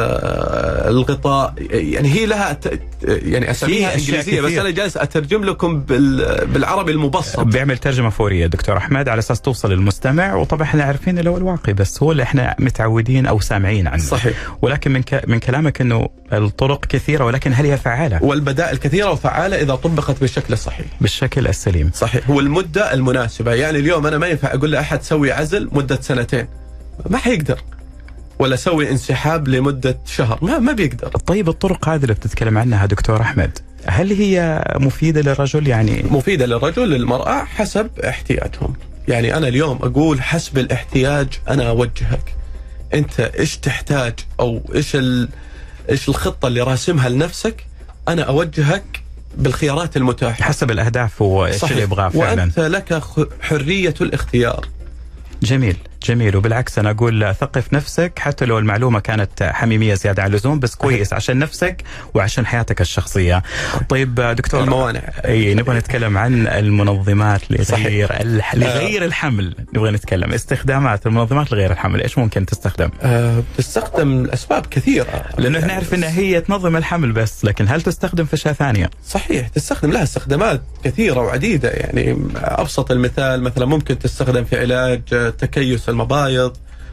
الغطاء. يعني هي لها يعني أساميها إنجليزية، بس أنا جالس أترجم لكم بالعربي المبسط. بيعمل ترجمة فورية دكتور أحمد على أساس توصل للمستمع. وطبعا احنا عارفين اللي هو الواقي، بس هو اللي احنا متعودين أو سامعين عنه. صحيح. ولكن من ك... من كلامك إنه الطرق كثيرة، ولكن هل هي فعالة؟ والبدائل كثيرة وفعالة إذا طبقت بالشكل الصحيح. بالشكل السليم. صحيح. والمدة المناسبة. يعني اليوم أنا ما ينفع أقول لأحد سوي عزل مدة سنتين، ما حيقدر، ولا سوي انسحاب لمدة شهر، ما ما بيقدر. طيب الطرق هذه اللي بتتكلم عنها دكتور أحمد، هل هي مفيدة للرجل؟ يعني مفيدة للرجل للمرأة حسب احتياجهم. يعني أنا اليوم أقول حسب الاحتياج أنا أوجهك. أنت إيش تحتاج أو إيش ال... إيش الخطة اللي راسمها لنفسك، أنا أوجهك بالخيارات المتاحة حسب الأهداف وإيش اللي يبغاه فعلا. وأنت لك حرية الاختيار. جميل جميل. وبالعكس أنا أقول ثقف نفسك، حتى لو المعلومة كانت حميمية زيادة عن اللزوم، بس كويس عشان نفسك وعشان حياتك الشخصية. طيب دكتور، الموانع. أي نبغى نتكلم عن المنظمات لغير الح... لغير الحمل. نبغى نتكلم استخدامات المنظمات لغير الحمل، إيش ممكن تستخدم؟ أه تستخدم لأسباب كثيرة، لأنه يعني نعرف أنها هي تنظم الحمل بس، لكن هل تستخدم في أشياء ثانية؟ صحيح. تستخدم لها استخدامات كثيرة وعديدة. يعني أبسط المثال مثلا ممكن تستخدم في علاج تكيس المبايض،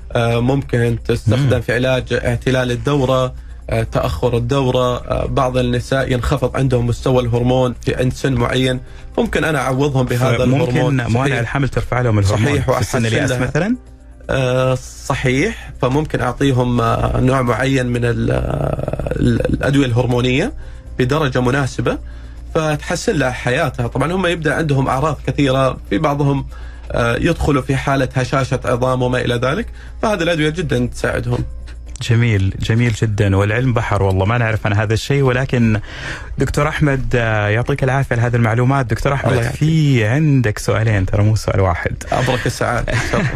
ممكن تستخدم في علاج اعتلال الدورة، تأخر الدورة. بعض النساء ينخفض عندهم مستوى الهرمون في عند سن معين، ممكن أنا أعوضهم بهذا الهرمون. ممكن موانع الحمل ترفع لهم الهرمون. صحيح. في سن اليأس مثلا. آه صحيح. فممكن أعطيهم آه نوع معين من الأدوية الهرمونية بدرجة مناسبة فتحسن لها حياتها. طبعا هم يبدأ عندهم أعراض كثيرة، في بعضهم آه يدخلوا في حالة هشاشة عظام وما إلى ذلك، فهذه الأدوية جدا تساعدهم. جميل جميل جدا. والعلم بحر والله، ما نعرف عن هذا الشيء. ولكن دكتور أحمد يعطيك العافية على هذه المعلومات. دكتور أحمد في عندك سؤالين، ترى مو سؤال واحد. أبرك السعادة.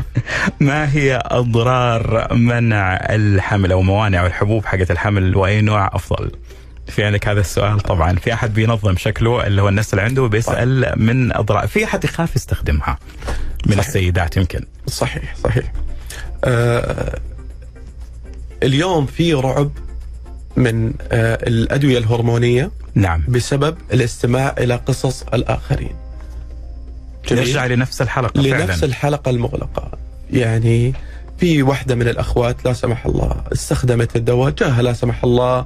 ما هي أضرار منع الحمل أو موانع الحبوب حقت الحمل، وأي نوع أفضل؟ في عندك هذا السؤال. طبعا في أحد بينظم شكله اللي هو النسل عنده بيسأل من أضرار، في أحد يخاف يستخدمها من صحيح. السيدات يمكن. صحيح صحيح. آه اليوم في رعب من آه الأدوية الهرمونية. نعم. بسبب الاستماع إلى قصص الآخرين. نرجع لنفس الحلقة لنفس فعلا. الحلقة المغلقة. يعني في واحدة من الأخوات لا سمح الله استخدمت الدواء، جاها لا سمح الله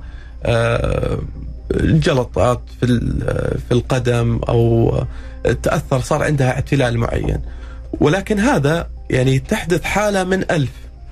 جلطات في في القدم أو تأثر، صار عندها اعتلال معين، ولكن هذا يعني تحدث حالة من ألف،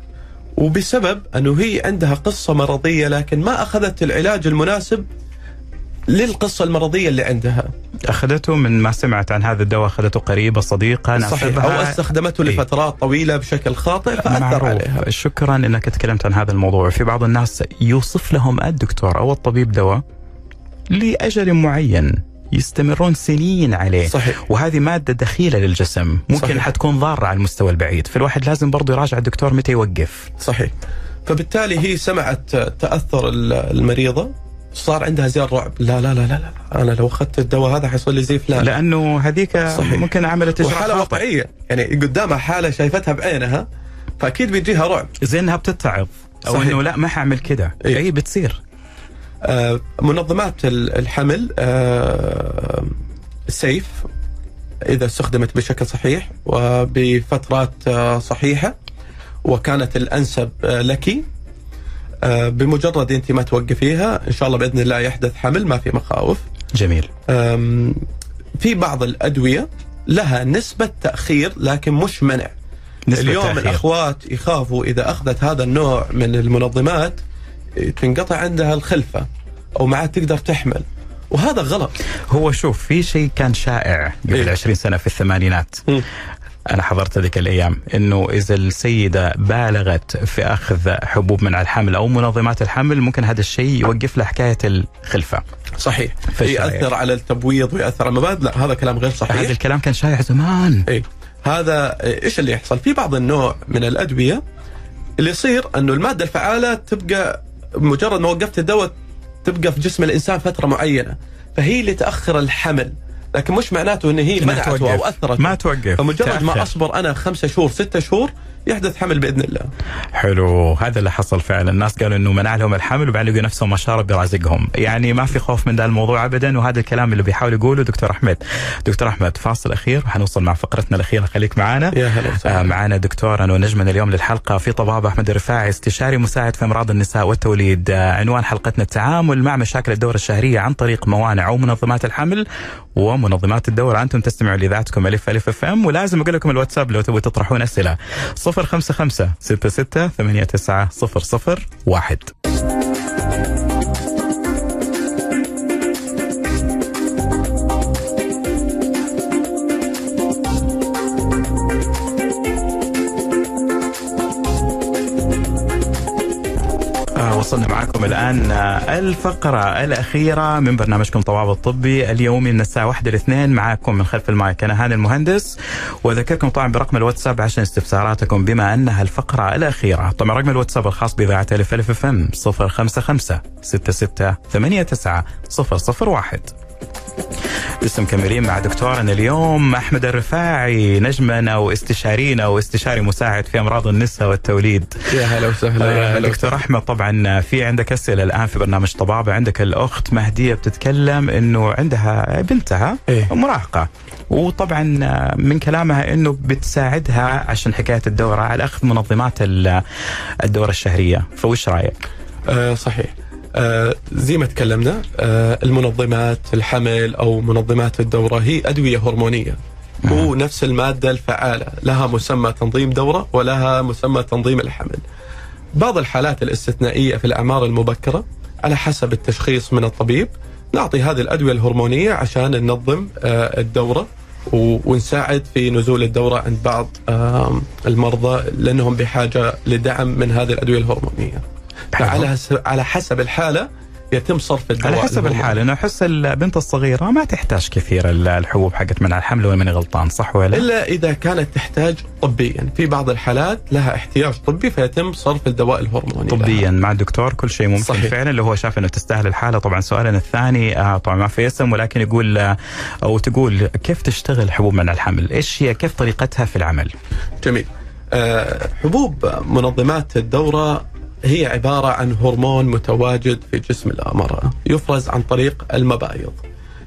وبسبب أنه هي عندها قصة مرضية لكن ما أخذت العلاج المناسب للقصة المرضية اللي عندها. أخذته من ما سمعت عن هذا الدواء، أخذته قريبة صديقة صحيح، أو استخدمته لفترات طويلة بشكل خاطئ فأثر عليها. شكرا أنك تكلمت عن هذا الموضوع. في بعض الناس يوصف لهم الدكتور أو الطبيب دواء لأجل معين يستمرون سنين عليه. صحيح. وهذه مادة دخيلة للجسم ممكن صحيح. حتكون ضارة على المستوى البعيد، فالواحد لازم برضو يراجع الدكتور متى يوقف. صحيح. فبالتالي هي سمعت تأثر المريضة، صار عندها زي الرعب، لا لا لا لا لا أنا لو أخذت الدواء هذا حيصل لي زي فلان، لأنه هذيك ممكن عملت إجراء وحالة واقعية، يعني قدامها حالة شايفتها بعينها، فأكيد بيجيها رعب، زي إنها بتتعظ أو صحيح. إنه لا ما حعمل كده. إيه؟ أي بتصير. آه منظمات الحمل آه سيف إذا استخدمت بشكل صحيح وبفترات آه صحيحة وكانت الأنسب آه لك، آه بمجرد أنت ما توقفيها إن شاء الله بإذن الله يحدث حمل، ما في مخاوف. جميل. في بعض الأدوية لها نسبة تأخير لكن مش منع. اليوم تأخير. الأخوات يخافوا إذا أخذت هذا النوع من المنظمات تنقطع عندها الخلفة أو ما عاد تقدر تحمل، وهذا غلط. هو شوف، في شيء كان شائع قبل إيه؟ عشرين سنة في الثمانينات م. أنا حضرت ذيك الأيام، إنه إذا السيدة بالغت في أخذ حبوب منع الحمل أو منظمات الحمل ممكن هذا الشيء يوقف له حكاية الخلفة. صحيح. يأثر على التبويض ويأثر على المبادئ. لا، هذا كلام غير صحيح. هذا الكلام كان شائع زمان. إيه؟ هذا إيش اللي يحصل في بعض النوع من الأدوية اللي يصير أنه المادة الفعالة تبقى مجرد ما وقفت الدواء تبقى في جسم الإنسان فترة معينة، فهي اللي تأخر الحمل، لكن مش معناته أن هي منعته أو أثرت، ما توقف. فمجرد تأخر. ما أصبر أنا خمسة شهور ستة شهور يحدث حمل بإذن الله. حلو، هذا اللي حصل فعلا. الناس قالوا إنه منع لهم الحمل وبعدين لقوا نفسهم ما شارب برازقهم. يعني ما في خوف من ذا الموضوع أبدا، وهذا الكلام اللي بيحاول يقوله دكتور أحمد. دكتور أحمد، فاصل أخير وحنوصل مع فقرتنا الأخيرة، خليك معانا. يا هلا وسهلا. آه معنا دكتورنا ونجمنا اليوم للحلقة في طبابة أحمد الرفاعي، استشاري مساعد في أمراض النساء والتوليد. آه عنوان حلقتنا التعامل مع مشاكل الدورة الشهرية عن طريق موانع أو منظمات الحمل ومنظمات الدورة. أنتم تستمعوا لإذاعتكم ألف ألف اف ام، ولازم أقول لكم الواتساب لو تبغوا تطرحون أسئلة صفر خمسة خمسة ستة ستة ثمانية تسعة صفر صفر واحد. وصلنا معكم الآن الفقرة الأخيرة من برنامجكم طبابة الطبي اليومي من الساعة واحدة لاثنين. معكم من خلف المايك أنا هاني المهندس، وأذكركم طبعا برقم الواتساب عشان استفساراتكم بما أنها الفقرة الأخيرة. طبعا رقم الواتساب الخاص بإذاعة ألف ألف اف ام صفر خمسة خمسة ستة ستة ثمانية تسعة صفر صفر واحد. لسه مكملين مع دكتورنا اليوم أحمد الرفاعي، نجمنا واستشارينا واستشاري مساعد في أمراض النساء والتوليد. يا هلا وسهلا. آه دكتور أحمد، طبعا في عندك أسئلة الآن في برنامج طبابة. عندك الأخت مهدية بتتكلم إنه عندها بنتها إيه؟ مراهقة، وطبعا من كلامها إنه بتساعدها عشان حكاية الدورة على أخذ منظمات الدورة الشهرية، فوش رأيك؟ آه صحيح. آه زي ما تكلمنا، آه المنظمات الحمل أو منظمات الدورة هي أدوية هرمونية، هو نفس المادة الفعالة، لها مسمى تنظيم دورة ولها مسمى تنظيم الحمل. بعض الحالات الاستثنائية في الأعمار المبكرة على حسب التشخيص من الطبيب نعطي هذه الأدوية الهرمونية عشان ننظم آه الدورة ونساعد في نزول الدورة عند بعض آه المرضى لأنهم بحاجة لدعم من هذه الأدوية الهرمونية. على على حسب الحالة يتم صرف الدواء. على حسب الحالة. أنا أحس البنت الصغيرة ما تحتاج كثير الحبوب حقت منع الحمل، ولا من غلطان صح ولا؟ إلا إذا كانت تحتاج طبيا. في بعض الحالات لها احتياج طبي فيتم صرف الدواء الهرموني طبيا لها. مع الدكتور كل شيء ممكن. صحيح. فعلا اللي هو شاف إنه تستاهل الحالة. طبعا سؤالنا الثاني آه طبعا ما في اسم، ولكن يقول آه أو تقول كيف تشتغل حبوب منع الحمل؟ إيش هي، كيف طريقتها في العمل؟ جميل. آه حبوب منظمات الدورة هي عبارة عن هرمون متواجد في جسم المرأة يفرز عن طريق المبايض.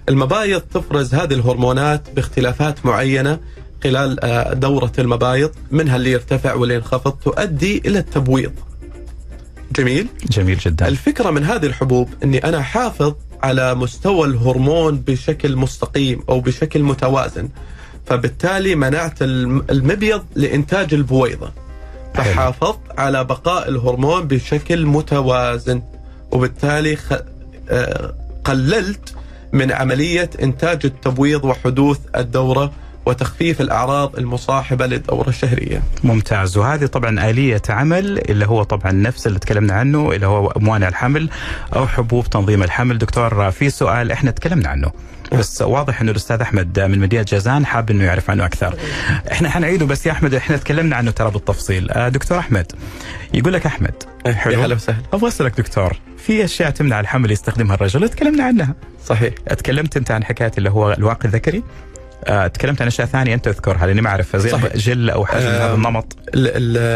المبايض تفرز هذه الهرمونات باختلافات معينة خلال دورة المبايض، منها اللي يرتفع واللي ينخفض، تؤدي إلى التبويض. جميل؟ جميل جدا. الفكرة من هذه الحبوب أني أنا حافظ على مستوى الهرمون بشكل مستقيم أو بشكل متوازن، فبالتالي منعت المبيض لإنتاج البويضة، فحافظت على بقاء الهرمون بشكل متوازن، وبالتالي خ... قللت من عملية إنتاج التبويض وحدوث الدورة وتخفيف الأعراض المصاحبة للدورة الشهرية. ممتاز. وهذه طبعا آلية عمل اللي هو طبعا نفس اللي تكلمنا عنه، اللي هو موانع الحمل أو حبوب تنظيم الحمل. دكتور، في سؤال احنا تكلمنا عنه بس واضح انه الاستاذ احمد من مدينة جازان حاب انه يعرف عنه اكثر. احنا حنعيده بس يا احمد، احنا تكلمنا عنه ترى بالتفصيل. دكتور احمد يقول لك احمد حلو، هلا وسهلا، ابغى اسالك دكتور، في اشياء تمنع الحمل يستخدمها الرجل تكلمنا عنها. صحيح. تكلمت انت عن حكايه اللي هو الواقي الذكري، آه، تكلمت عن اشياء ثانيه انت تذكرها لاني ما اعرف، زي جل او حجم آه هذا النمط. ال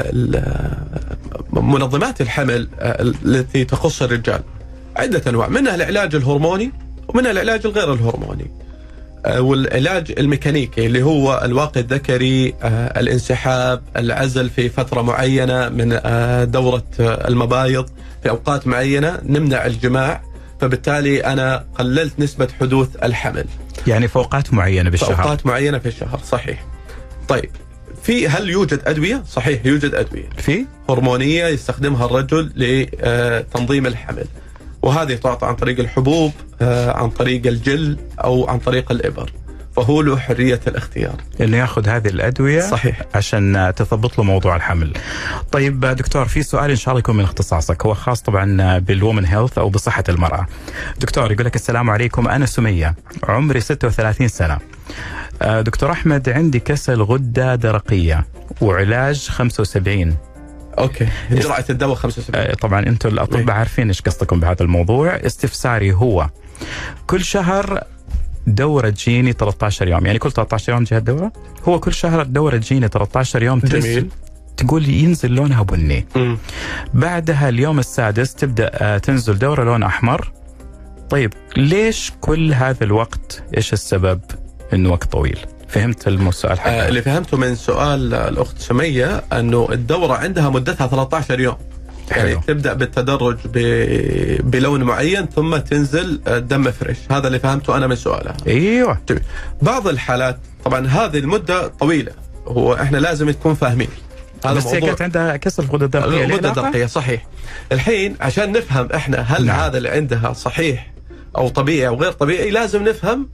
ال منظمات الحمل التي تخص الرجال عده انواع، منها العلاج الهرموني ومنها العلاج الغير الهرموني. آه والعلاج الميكانيكي اللي هو الواقي الذكري، آه الانسحاب، العزل في فتره معينه من آه دوره آه المبايض في اوقات معينه، نمنع الجماع، فبالتالي انا قللت نسبه حدوث الحمل. يعني في اوقات معينه بالشهر. في اوقات معينه في الشهر، صحيح. طيب، في هل يوجد ادويه؟ صحيح يوجد ادويه في هرمونيه يستخدمها الرجل لتنظيم الحمل، وهذه تعطى عن طريق الحبوب، عن طريق الجل او عن طريق الابر، فهو له حريه الاختيار انه ياخذ هذه الادويه. صحيح. عشان تثبط له موضوع الحمل. طيب دكتور، في سؤال ان شاء الله يكون من اختصاصك، هو خاص طبعا بالومن هيلث او بصحه المراه. دكتور يقول لك السلام عليكم، انا سميه، عمري ستة وثلاثين سنه. دكتور احمد، عندي كسل غده درقيه وعلاج خمسة وسبعين. اوكي، جرعه الدواء خمسة وسبعين. طبعا انتم الاطباء عارفين ايش قصدكم بهذا الموضوع. استفساري هو كل شهر دورة تجيني ثلاثة عشر يوم، يعني كل ثلاثة عشر يوم جهة الدورة، هو كل شهر الدورة تجيني ثلاثة عشر يوم. جميل. تقول لي ينزل لونها بني، م. بعدها اليوم السادس تبدأ تنزل دورة لون أحمر. طيب ليش كل هذا الوقت؟ إيش السبب إنه وقت طويل؟ فهمت السؤال حقا؟ آه اللي فهمته من سؤال الأخت سمية أنه الدورة عندها مدتها ثلاثة عشر يوم. يعني حلو. تبدأ بالتدرج ب... بلون معين ثم تنزل دم فريش، هذا اللي فهمته أنا من سؤالها. أيوة. جميل. بعض الحالات طبعا هذه المدة طويلة، هو إحنا لازم نكون فاهمين هذا بس هي كانت عندها كسر الغدة الدرقية. الغدة الدرقية صحيح. الحين عشان نفهم إحنا هل نعم. هذا اللي عندها صحيح أو طبيعي أو غير طبيعي، لازم نفهم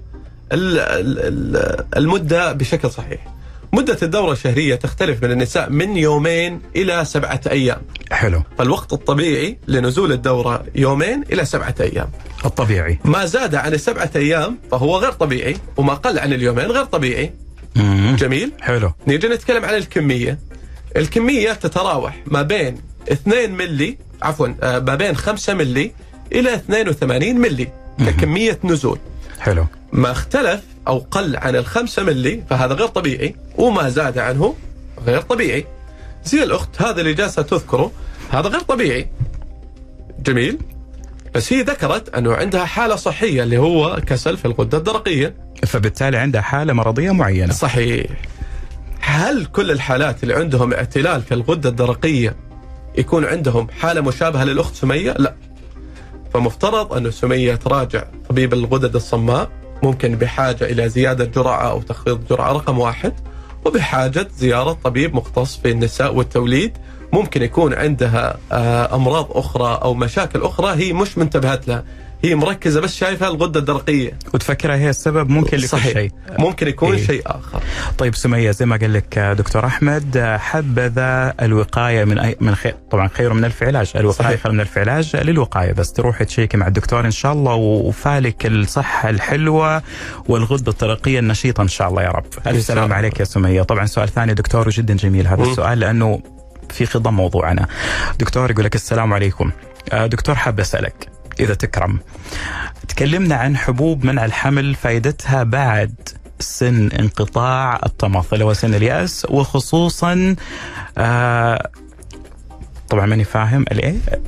المدة بشكل صحيح. مدة الدورة الشهرية تختلف من النساء من يومين إلى سبعة أيام. حلو. فالوقت الطبيعي لنزول الدورة يومين إلى سبعة أيام. الطبيعي. ما زاد عن السبعة أيام فهو غير طبيعي، وما قل عن اليومين غير طبيعي. مم. جميل. حلو. نيجي نتكلم عن الكمية. الكمية تتراوح ما بين اثنين ملي عفوا ما بين خمسة ملي إلى اثنين وثمانين ملي ككمية نزول. حلو. ما اختلف أو قل عن الخمسة ملي فهذا غير طبيعي، وما زاد عنه غير طبيعي. زي الأخت هذا اللي جالسة تذكره هذا غير طبيعي. جميل. بس هي ذكرت أنه عندها حالة صحية اللي هو كسل في الغدة الدرقية، فبالتالي عندها حالة مرضية معينة. صحيح. هل كل الحالات اللي عندهم اعتلال في الغدة الدرقية يكون عندهم حالة مشابهة للأخت سمية؟ لا. فمفترض أن سمية تراجع طبيب الغدد الصماء، ممكن بحاجة إلى زيادة جرعة أو تخفيض جرعة رقم واحد، وبحاجة زيارة طبيب مختص في النساء والتوليد. ممكن يكون عندها أمراض أخرى أو مشاكل أخرى هي مش منتبهت لها، هي مركزة بس شايفة الغدة الدرقية وتفكرها هي السبب. ممكن لكل شيء، ممكن يكون إيه؟ شيء آخر. طيب سمية، زي ما قال لك دكتور أحمد، حبذا الوقاية من أي من خير، طبعا خير من ألف علاج. الوقاية خير من ألف علاج. للوقاية بس تروح تشيكي مع الدكتور إن شاء الله، وفالك الصحة الحلوة والغدة الدرقية النشيطة إن شاء الله يا رب. ألف سلام عليك يا سمية. طبعا سؤال ثاني دكتور جدا جميل هذا م. السؤال لأنه في خضم موضوعنا. دكتور يقول لك السلام عليكم، دكتور حاب أسألك إذا تكرم، تكلمنا عن حبوب منع الحمل فائدتها بعد سن انقطاع الطمث اللي هو سن اليأس، وخصوصا آه طبعا ماني فاهم الايه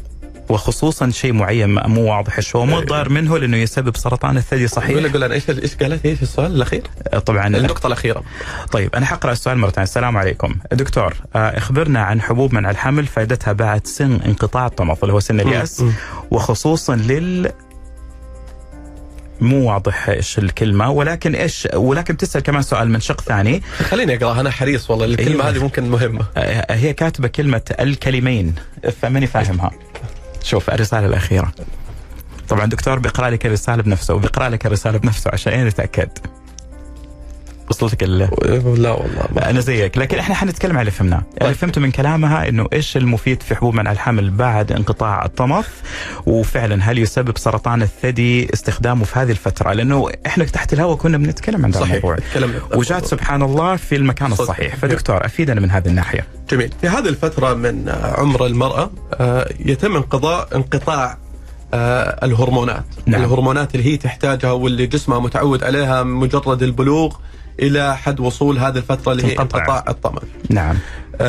وخصوصا شيء معين مو واضح شو مو ضار منه لانه يسبب سرطان الثدي. صحيح؟ يقول يقول انا ايش ايش قالت ايش السؤال الاخير؟ طبعا النقطه الاخيره. طيب انا حقرا السؤال مره ثانيه. السلام عليكم دكتور، اخبرنا عن حبوب منع الحمل فائدتها بعد سن انقطاع الطمث اللي هو سن الياس، وخصوصا لل مو واضح ايش الكلمه، ولكن ايش ولكن تسال كمان سؤال من شق ثاني. خليني اقراها انا حريص والله الكلمه أيوة. هذه ممكن مهمه. هي كاتبه كلمه الكلمين فماني فاهمها. شوف الرساله الاخيره. طبعا دكتور بيقرا لك الرساله بنفسه وبيقرا لك الرساله بنفسه عشان نتاكد. وصلتك ال لا والله ما. انا زيك، لكن احنا حنتكلم على اللي فهمناه. طيب. اللي فهمته من كلامها انه ايش المفيد في حبوب منع الحمل بعد انقطاع الطمث، وفعلا هل يسبب سرطان الثدي استخدامه في هذه الفتره، لانه احنا تحت الهواء كنا بنتكلم عن هذا الموضوع وجات سبحان الله في المكان صحيح. الصحيح. فدكتور افيدنا من هذه الناحيه. جميل. في هذه الفتره من عمر المراه يتم انقضاء انقطاع آه الهرمونات. نعم. الهرمونات اللي هي تحتاجها واللي جسمها متعود عليها مجرد البلوغ إلى حد وصول هذه الفترة اللي هي انقطاع الطمث. نعم.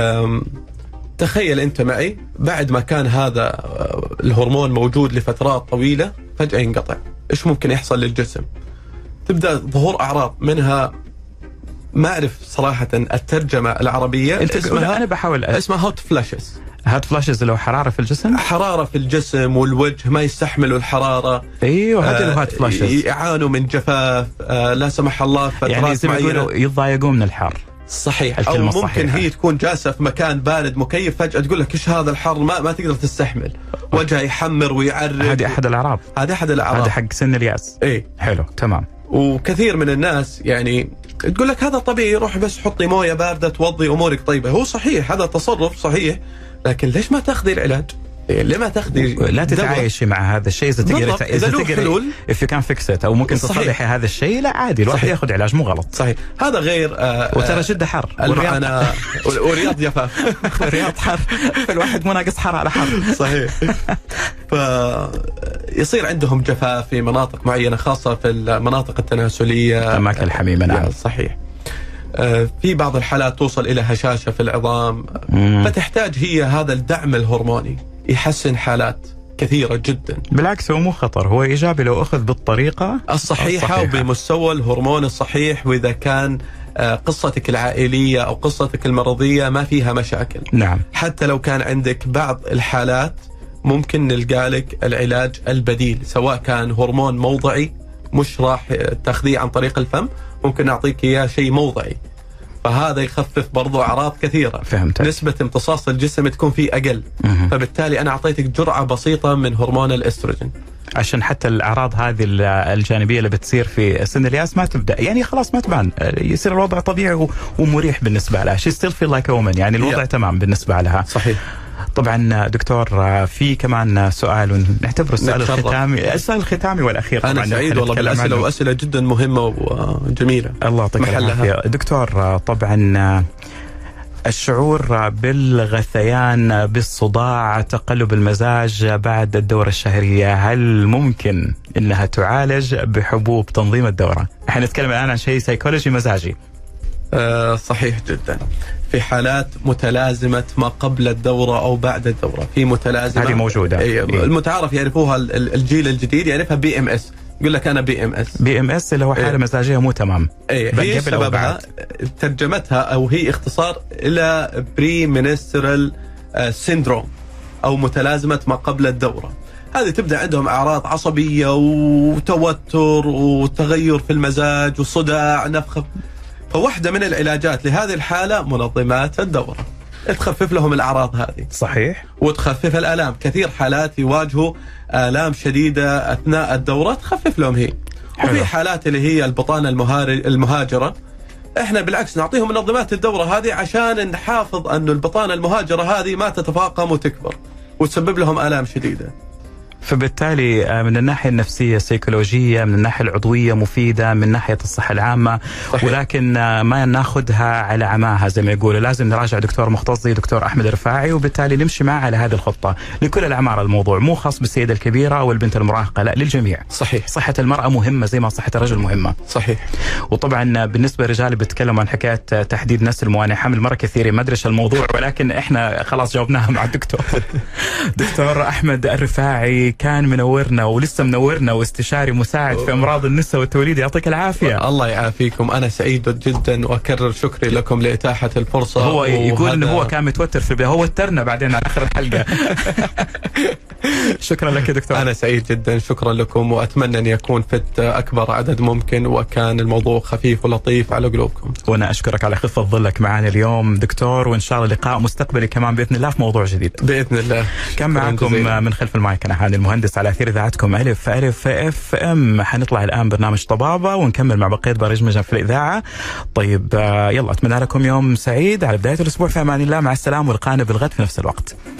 تخيل أنت معي بعد ما كان هذا الهرمون موجود لفترات طويلة فجأة ينقطع، إيش ممكن يحصل للجسم؟ تبدأ ظهور أعراض منها ما أعرف صراحة الترجمة العربية. أنت اسمها أنا بحاول اسمها هوت فلاشز. هات فلاشز اللي هو حرارة في الجسم؟ حرارة في الجسم والوجه ما يستحملوا الحرارة. ايوه هذه آه الهات فلاشز. يعانوا من جفاف آه لا سمح الله فترات يعني زي ما يقولوا يتضايقوا من الحر. صحيح. أو ممكن الصحيحة. هي تكون جالسة في مكان بارد مكيف فجأة تقول لك ايش هذا الحر ما ما تقدر تستحمل، وجهها يحمر ويعرق. هذه أحد الأعراض. هذه أحد الأعراض. هذا حق سن الياس. ايه حلو تمام. وكثير من الناس يعني تقول لك هذا طبيعي، روح بس حطي مويه باردة توضي أمورك طيبة. هو صحيح هذا تصرف صحيح، لكن ليش ما تاخذي العلاج؟ ليه ما تاخذي؟ لا تتعايشي مع هذا الشيء. اذا تقدر اذا تقدر if you can fix it او ممكن تصلحي هذا الشيء لا عادي الواحد ياخذ علاج مو غلط. صحيح. هذا غير آه وترى جدة حر والرياض والرياض جفاف. الرياض حر فالواحد مو ناقص حر على حر. صحيح. فيصير عندهم جفاف في مناطق معينة خاصة في المناطق التناسلية الأماكن الحميمة. نعم صحيح. في بعض الحالات توصل إلى هشاشة في العظام. مم. فتحتاج هي هذا الدعم الهرموني يحسن حالات كثيرة جدا. بالعكس هو مو خطر، هو إيجابي لو أخذ بالطريقة الصحيحة, الصحيحة. وبمستوى الهرمون الصحيح، وإذا كان قصتك العائلية أو قصتك المرضية ما فيها مشاكل. نعم. حتى لو كان عندك بعض الحالات ممكن نلقى لك العلاج البديل، سواء كان هرمون موضعي مش راح تاخذيه عن طريق الفم، ممكن نعطيك إياه شيء موضعي، فهذا يخفف برضو أعراض كثيرة. فهمت. نسبة امتصاص الجسم تكون فيه أقل. مه. فبالتالي أنا أعطيتك جرعة بسيطة من هرمون الأستروجين عشان حتى الأعراض هذه الجانبية اللي بتصير في سن الياس ما تبدأ، يعني خلاص ما تبان، يصير الوضع طبيعي ومريح بالنسبة لها. she still feel like a woman، يعني الوضع yeah. تمام بالنسبة لها. صحيح. طبعا دكتور في كمان سؤال ونعتبره السؤال الختامي، السؤال الختامي والأخير. أنا سعيد والله بالأسئلة وأسئلة جدا مهمة وجميلة. الله يعطيك العافية دكتور. طبعا الشعور بالغثيان بالصداع تقلب المزاج بعد الدورة الشهرية هل ممكن إنها تعالج بحبوب تنظيم الدورة؟ احنا نتكلم الآن عن شيء سيكولوجي مزاجي. أه صحيح جدا. في حالات متلازمة ما قبل الدورة أو بعد الدورة، في متلازمة هذه موجودة. إيه. المتعارف يعرفوها الجيل الجديد يعرفها بي ام اس، يقول لك أنا بي ام اس. بي ام اس اللي هو حالة إيه. مزاجية مو تمام. إيه. هي سببها ترجمتها أو هي اختصار إلى بري منسترال سيندروم أو متلازمة ما قبل الدورة. هذه تبدأ عندهم أعراض عصبية وتوتر وتغير في المزاج وصداع نفخ. فواحدة من العلاجات لهذه الحالة منظمات الدورة، تخفف لهم الأعراض هذه. صحيح. وتخفف الآلام. كثير حالات يواجهوا آلام شديدة أثناء الدورة تخفف لهم هي. حلو. وفي حالات اللي هي البطانة المهاجرة، احنا بالعكس نعطيهم منظمات الدورة هذه عشان نحافظ أن البطانة المهاجرة هذه ما تتفاقم وتكبر وتسبب لهم آلام شديدة. فبالتالي من الناحية النفسية السيكولوجية، من الناحية العضوية مفيدة، من ناحية الصحة العامة. صحيح. ولكن ما ناخذها على عماها زي ما يقولوا، لازم نراجع دكتور مختص زي دكتور أحمد الرفاعي، وبالتالي نمشي معه على هذه الخطة لكل الأعمار. الموضوع مو خاص بالسيدة الكبيرة أو البنت المراهقة، لا، للجميع. صحيح. صحة المرأة مهمة زي ما صحة الرجل مهمة. صحيح. وطبعا بالنسبة للرجال بيتكلموا عن حكاية تحديد نسل موانع حمل مرة كثير، ما أدري إيش الموضوع، ولكن إحنا خلاص جاوبناها مع الدكتور. دكتور أحمد الرفاعي كان منورنا ولسه منورنا، واستشاري مساعد في أمراض النساء والتوليد. يعطيك العافية. الله يعافيكم. أنا سعيد جدا وأكرر شكري لكم لإتاحة الفرصة. هو يقول إنه هو كان متوتر في البداية، هو وترنا بعدين على آخر الحلقة. شكرا لك يا دكتور. أنا سعيد جدا، شكرا لكم، وأتمنى أن يكون فت أكبر عدد ممكن، وكان الموضوع خفيف ولطيف على قلوبكم. وأنا أشكرك على خفة ظلك معنا اليوم دكتور، وإن شاء الله لقاء مستقبلي كمان بإذن الله في موضوع جديد بإذن الله. كان معكم من خلف المايك أنا هاني المهندس على أثير إذاعتكم ألف ألف اف ام. حنطلع الآن برنامج طبابة ونكمل مع بقية برامجنا في الإذاعة. طيب يلا، أتمنى لكم يوم سعيد على بداية الأسبوع، في أمان الله، مع السلامة، ولقانا بالغد في نفس الوقت.